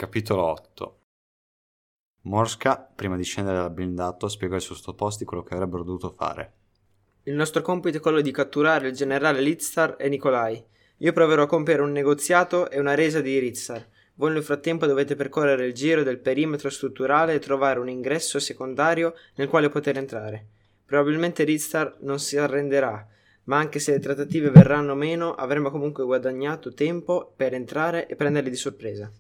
Capitolo 8. Morska, prima di scendere dal blindato, spiegò ai suoi sottoposti quello che avrebbero dovuto fare. Il nostro compito è quello di catturare il generale Lizar e Nikolai. Io proverò a compiere un negoziato e una resa di Lizar. Voi nel frattempo dovete percorrere il giro del perimetro strutturale e trovare un ingresso secondario nel quale poter entrare. Probabilmente Lizar non si arrenderà, ma anche se le trattative verranno meno, avremo comunque guadagnato tempo per entrare e prenderli di sorpresa.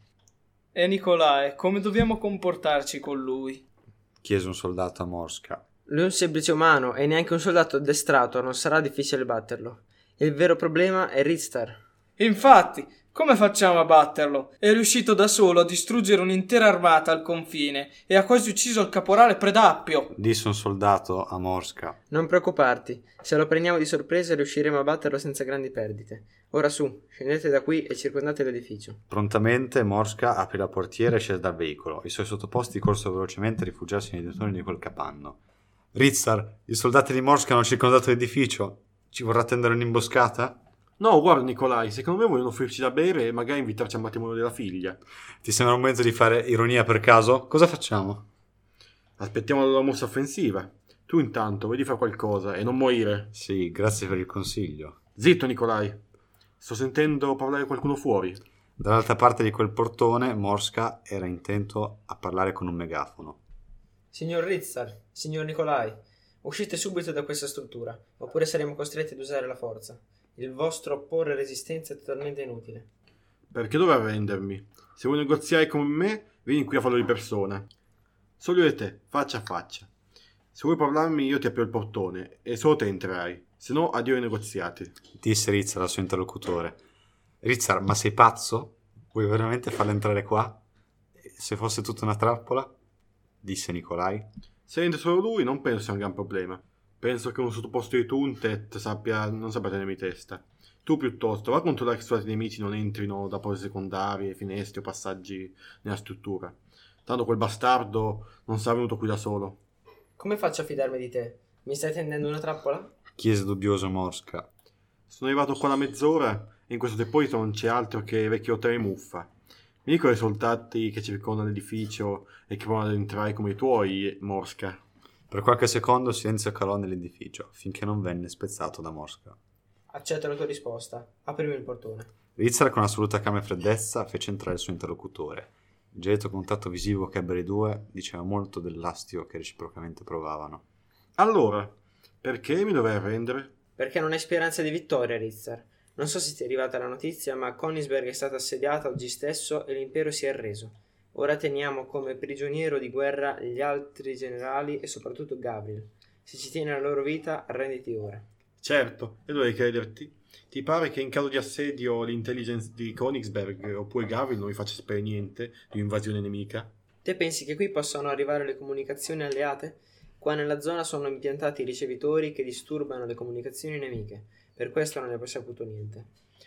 E Nikolai, come dobbiamo comportarci con lui? Chiese un soldato a Morska. Lui è un semplice umano e neanche un soldato addestrato, non sarà difficile batterlo. Il vero problema è Ristar. Infatti, come facciamo a batterlo? È riuscito da solo a distruggere un'intera armata al confine e ha quasi ucciso il caporale Predappio, Disse un soldato a Morska. Non preoccuparti, se lo prendiamo di sorpresa riusciremo a batterlo senza grandi perdite. Ora su, scendete da qui e circondate l'edificio. Prontamente Morska aprì la portiera e scese dal veicolo. I suoi sottoposti corsero velocemente a rifugiarsi nei dintorni di quel capanno. Rizzar, i soldati di Morska hanno circondato l'edificio. Ci vorrà tendere un'imboscata? No, guarda Nicolai, secondo me vogliono offrirci da bere e magari invitarci al matrimonio della figlia. Ti sembra un momento di fare ironia per caso? Cosa facciamo? Aspettiamo la loro mossa offensiva. Tu intanto, vedi fare qualcosa e non morire. Sì, grazie per il consiglio. Zitto Nicolai, sto sentendo parlare qualcuno fuori. Dall'altra parte di quel portone Morska era intento a parlare con un megafono. Signor Rizzar, signor Nikolai, uscite subito da questa struttura, oppure saremo costretti ad usare la forza. Il vostro opporre resistenza è totalmente inutile. Perché dove arrendermi? Se vuoi negoziare con me, vieni qui a farlo di persona. Solo io e te, faccia a faccia. Se vuoi parlarmi io ti apro il portone e solo te entrerai. Se no, addio ai negoziati. Disse Rizzar al suo interlocutore. Rizzar, ma sei pazzo? Vuoi veramente farlo entrare qua? Se fosse tutta una trappola? Disse Nikolai. Se entra solo lui, non penso sia un gran problema. Penso che un sottoposto di Tuntet non sappia tenermi testa. Tu piuttosto, va a controllare che i soldati nemici non entrino da porte secondarie, finestre o passaggi nella struttura. Tanto quel bastardo non sarà venuto qui da solo. Come faccio a fidarmi di te? Mi stai tendendo una trappola? Chiese dubbioso Morska. Sono arrivato qua da mezz'ora e in questo deposito non c'è altro che vecchio hotel e muffa. Mi dicono i soldati che circondano l'edificio e che provano ad entrare come i tuoi, Morska. Per qualche secondo il silenzio calò nell'edificio, finché non venne spezzato da Morska. Accetto la tua risposta. Aprimi il portone. Rizzar con assoluta calma e freddezza fece entrare il suo interlocutore. Il gelido contatto visivo che ebbero i due diceva molto dell'astio che reciprocamente provavano. Allora, perché mi dovrei arrendere? Perché non hai speranza di vittoria, Rizzar. Non so se ti è arrivata la notizia, ma Königsberg è stata assediata oggi stesso e l'impero si è arreso. Ora teniamo come prigioniero di guerra gli altri generali e soprattutto Gabriel. Se ci tieni la loro vita, arrenditi ora. Certo, e dovrei crederti. Ti pare che in caso di assedio l'intelligence di Königsberg oppure Gabriel non mi faccia sapere niente di un'invasione nemica? Te pensi che qui possano arrivare le comunicazioni alleate? Qua nella zona sono impiantati ricevitori che disturbano le comunicazioni nemiche. Per questo non ne ho saputo niente.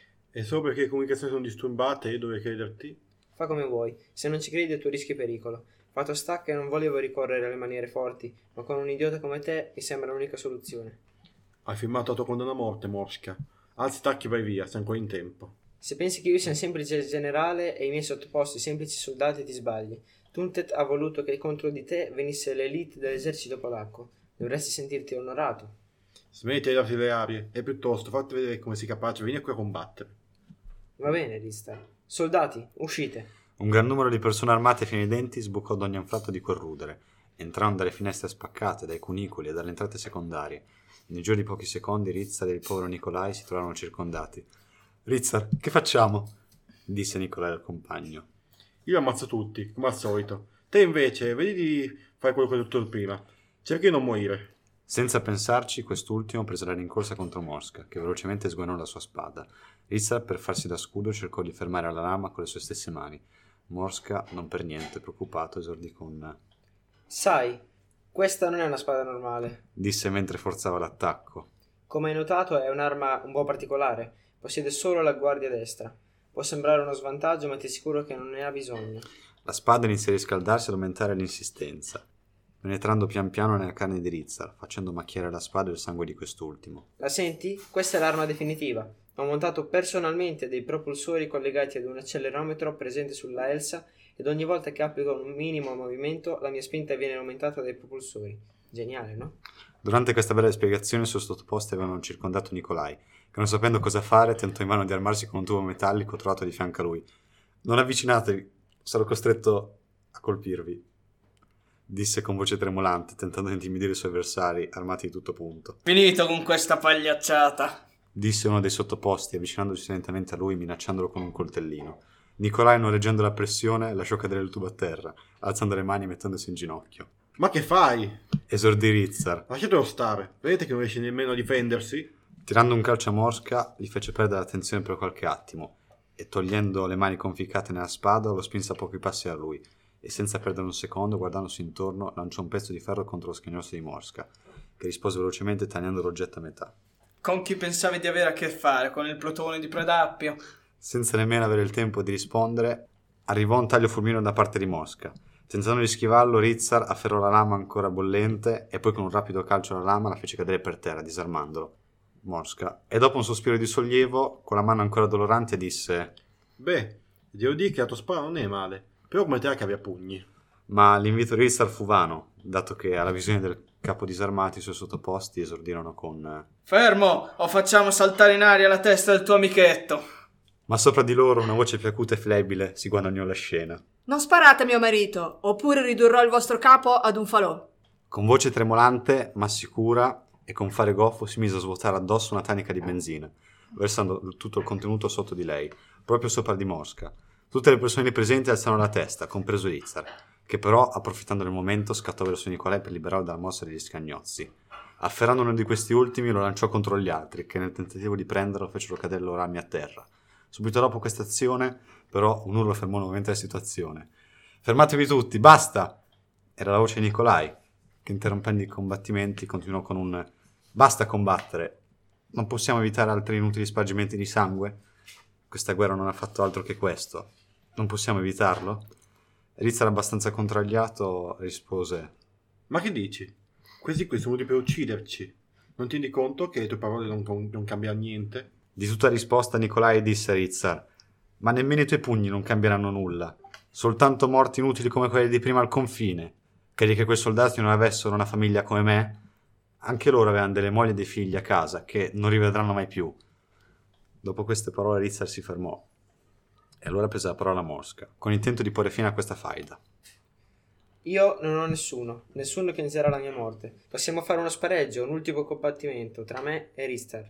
E solo perché le comunicazioni sono disturbate io dovrei crederti? Fa come vuoi, se non ci credi tu rischi pericolo. Fatto sta che non volevo ricorrere alle maniere forti, ma con un idiota come te mi sembra l'unica soluzione. Hai firmato la tua condanna a morte, Morska. Alzi tacchi e vai via, sei ancora in tempo. Se pensi che io sia un semplice generale e i miei sottoposti semplici soldati ti sbagli. Tuntet ha voluto che contro di te venisse l'elite dell'esercito polacco. Dovresti sentirti onorato. Smetti di darti le arie e piuttosto fatti vedere come sei capace, vieni qui a combattere. Va bene, Ristar. Soldati, uscite. Un gran numero di persone armate fino ai denti sbucò da ogni anfratto di quel rudere, entrando dalle finestre spaccate, dai cunicoli e dalle entrate secondarie. Nel giro di pochi secondi Rizzar e il povero Nikolai si trovarono circondati. Rizzar, che facciamo? Disse Nikolai al compagno. Io ammazzo tutti, come al solito. Te invece, vedi di fare quello che ho detto prima. Cerca di non morire. Senza pensarci, quest'ultimo prese la rincorsa contro Morska, che velocemente sguainò la sua spada. Rizzar, per farsi da scudo, cercò di fermare la lama con le sue stesse mani. Morska, non per niente preoccupato, esordì con... Sai, questa non è una spada normale. Disse mentre forzava l'attacco. Come hai notato è un'arma un po' particolare. Possiede solo la guardia destra. Può sembrare uno svantaggio, ma ti assicuro che non ne ha bisogno. La spada iniziò a riscaldarsi e ad aumentare l'insistenza, penetrando pian piano nella carne di Rizzar, facendo macchiare la spada e il sangue di quest'ultimo. La senti? Questa è l'arma definitiva. Ho montato personalmente dei propulsori collegati ad un accelerometro presente sulla Elsa ed ogni volta che applico un minimo movimento la mia spinta viene aumentata dai propulsori. Geniale, no? Durante questa breve spiegazione i suoi sottoposti avevano circondato Nikolai, che non sapendo cosa fare tentò invano di armarsi con un tubo metallico trovato di fianco a lui. «Non avvicinatevi, sarò costretto a colpirvi», disse con voce tremolante, tentando di intimidire i suoi avversari armati di tutto punto. Finito con questa pagliacciata, Disse uno dei sottoposti, avvicinandosi lentamente a lui, minacciandolo con un coltellino. Nikolai, non reggendo la pressione, lasciò cadere il tubo a terra, alzando le mani e mettendosi in ginocchio. Ma che fai? Esordì Rizzar. Lasciatelo stare. Vedete che non riesce nemmeno a difendersi? Tirando un calcio a Mosca, gli fece perdere l'attenzione per qualche attimo e, togliendo le mani conficcate nella spada, lo spinse a pochi passi da lui e, senza perdere un secondo, guardandosi intorno, lanciò un pezzo di ferro contro lo schienoso di Mosca, che rispose velocemente tagliando l'oggetto a metà. con chi pensavi di avere a che fare? Con il plotone di Predappio? Senza nemmeno avere il tempo di rispondere, arrivò un taglio fulmineo da parte di Mosca. Tentando di schivarlo, Rizzar afferrò la lama ancora bollente e poi con un rapido calcio alla lama la fece cadere per terra, disarmandolo. Mosca. E dopo un sospiro di sollievo, con la mano ancora dolorante, disse: Beh, devo dire che la tua spada non è male, però come te la cavi a pugni. Ma l'invito di Rizzar fu vano, dato che alla visione del capo disarmato i suoi sottoposti esordirono con Fermo, o facciamo saltare in aria la testa del tuo amichetto. Ma sopra di loro una voce più acuta e flebile si guadagnò la scena. Non sparate a mio marito, oppure ridurrò il vostro capo ad un falò. Con voce tremolante, ma sicura, e con fare goffo si mise a svuotare addosso una tanica di benzina, versando tutto il contenuto sotto di lei, proprio sopra di Mosca. Tutte le persone lì presenti alzarono la testa, compreso Rizzar, che però, approfittando del momento, scattò verso Nicolai per liberarlo dalla mossa degli scagnozzi. Afferrando uno di questi ultimi, lo lanciò contro gli altri, che nel tentativo di prenderlo fecero cadere le rami a terra. Subito dopo questa azione, però, un urlo fermò nuovamente la situazione. «Fermatevi tutti, basta!» Era la voce di Nicolai, che interrompendo i combattimenti continuò con un «Basta combattere! Non possiamo evitare altri inutili spargimenti di sangue? Questa guerra non ha fatto altro che questo. Non possiamo evitarlo?» Rizzar, abbastanza contrariato, rispose: Ma che dici? Questi qui sono venuti per ucciderci. Non ti rendi conto che le tue parole non cambiano niente? Di tutta risposta Nicolai disse a Rizzar: «Ma nemmeno i tuoi pugni non cambieranno nulla. Soltanto morti inutili come quelli di prima al confine. Credi che quei soldati non avessero una famiglia come me? Anche loro avevano delle mogli e dei figli a casa che non rivedranno mai più». Dopo queste parole Rizzar si fermò e allora prese la parola Mosca, con intento di porre fine a questa faida. Io non ho nessuno che inizierà la mia morte. Possiamo fare uno spareggio, un ultimo combattimento tra me e Rizzar.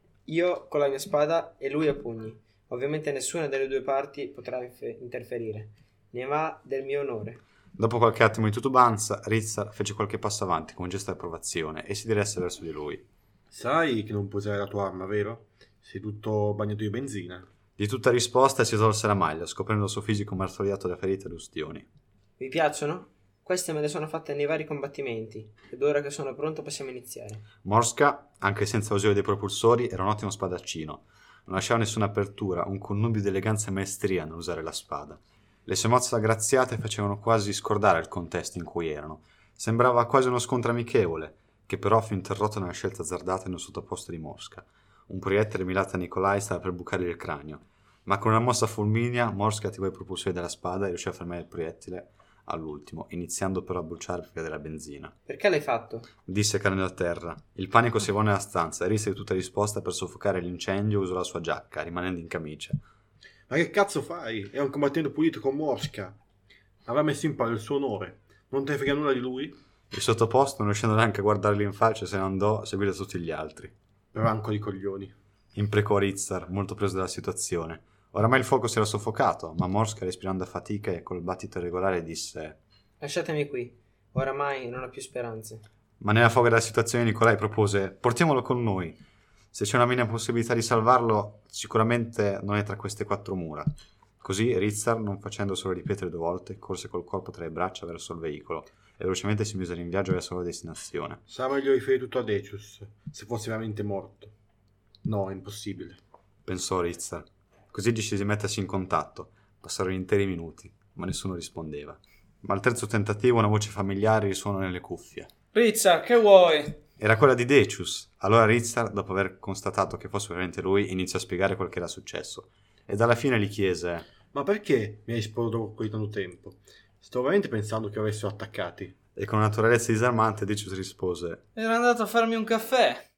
Io con la mia spada e lui a pugni. Ovviamente nessuna delle due parti potrà interferire. Ne va del mio onore. Dopo qualche attimo di titubanza, Rizzar fece qualche passo avanti con un gesto di approvazione e si diresse verso di lui. Sai che non puoi usare la tua arma, vero? Sei tutto bagnato di benzina. Di tutta risposta si tolse la maglia, scoprendo il suo fisico martoriato da ferite ed ustioni. Vi piacciono? Queste me le sono fatte nei vari combattimenti ed ora che sono pronto possiamo iniziare. Mosca, anche senza l'ausilio dei propulsori, era un ottimo spadaccino. Non lasciava nessuna apertura, un connubio di eleganza e maestria nell'usare la spada. Le sue mosse aggraziate facevano quasi scordare il contesto in cui erano. Sembrava quasi uno scontro amichevole, che però fu interrotto nella scelta azzardata nel sottoposto di Mosca. Un proiettile mirato a Nikolai stava per bucargli il cranio, ma con una mossa fulminea Mosca attivò i propulsori della spada e riuscì a fermare il proiettile all'ultimo, iniziando però a bruciare per cadere la benzina. Perché l'hai fatto? Disse cadendo a terra. Il panico si avvò nella stanza e Risse di tutta risposta per soffocare l'incendio usò la sua giacca, rimanendo in camicia. Ma che cazzo fai? È un combattente pulito con Mosca. Aveva messo in palio il suo onore. Non te ne frega nulla di lui? Il sottoposto, non riuscendo neanche a guardarli in faccia, se ne andò a seguire tutti gli altri. Branco di coglioni. Imprecò Rizzar, molto preso dalla situazione. Oramai il fuoco si era soffocato, ma Mosca, respirando a fatica e col battito irregolare, disse: Lasciatemi qui, oramai non ho più speranze. Ma nella foga della situazione Nicolai propose: portiamolo con noi. Se c'è una minima possibilità di salvarlo, sicuramente non è tra queste 4 mura. Così Rizzar, non facendo solo ripetere 2 volte, corse col corpo tra le braccia verso il veicolo e velocemente si mise in viaggio verso la destinazione. Sarà meglio riferire tutto a Decius, se fosse veramente morto. No, è impossibile, pensò Rizzar. Così decise di mettersi in contatto. Passarono interi minuti, ma nessuno rispondeva. Ma al terzo tentativo una voce familiare risuonò nelle cuffie. Rizzar, che vuoi? Era quella di Decius. Allora Rizzar, dopo aver constatato che fosse veramente lui, iniziò a spiegare quel che era successo. Ed alla fine gli chiese: Ma perché mi hai risposto così tanto tempo? Sto veramente pensando che avessero attaccati. E con naturalezza disarmante Decius rispose: Era andato a farmi un caffè.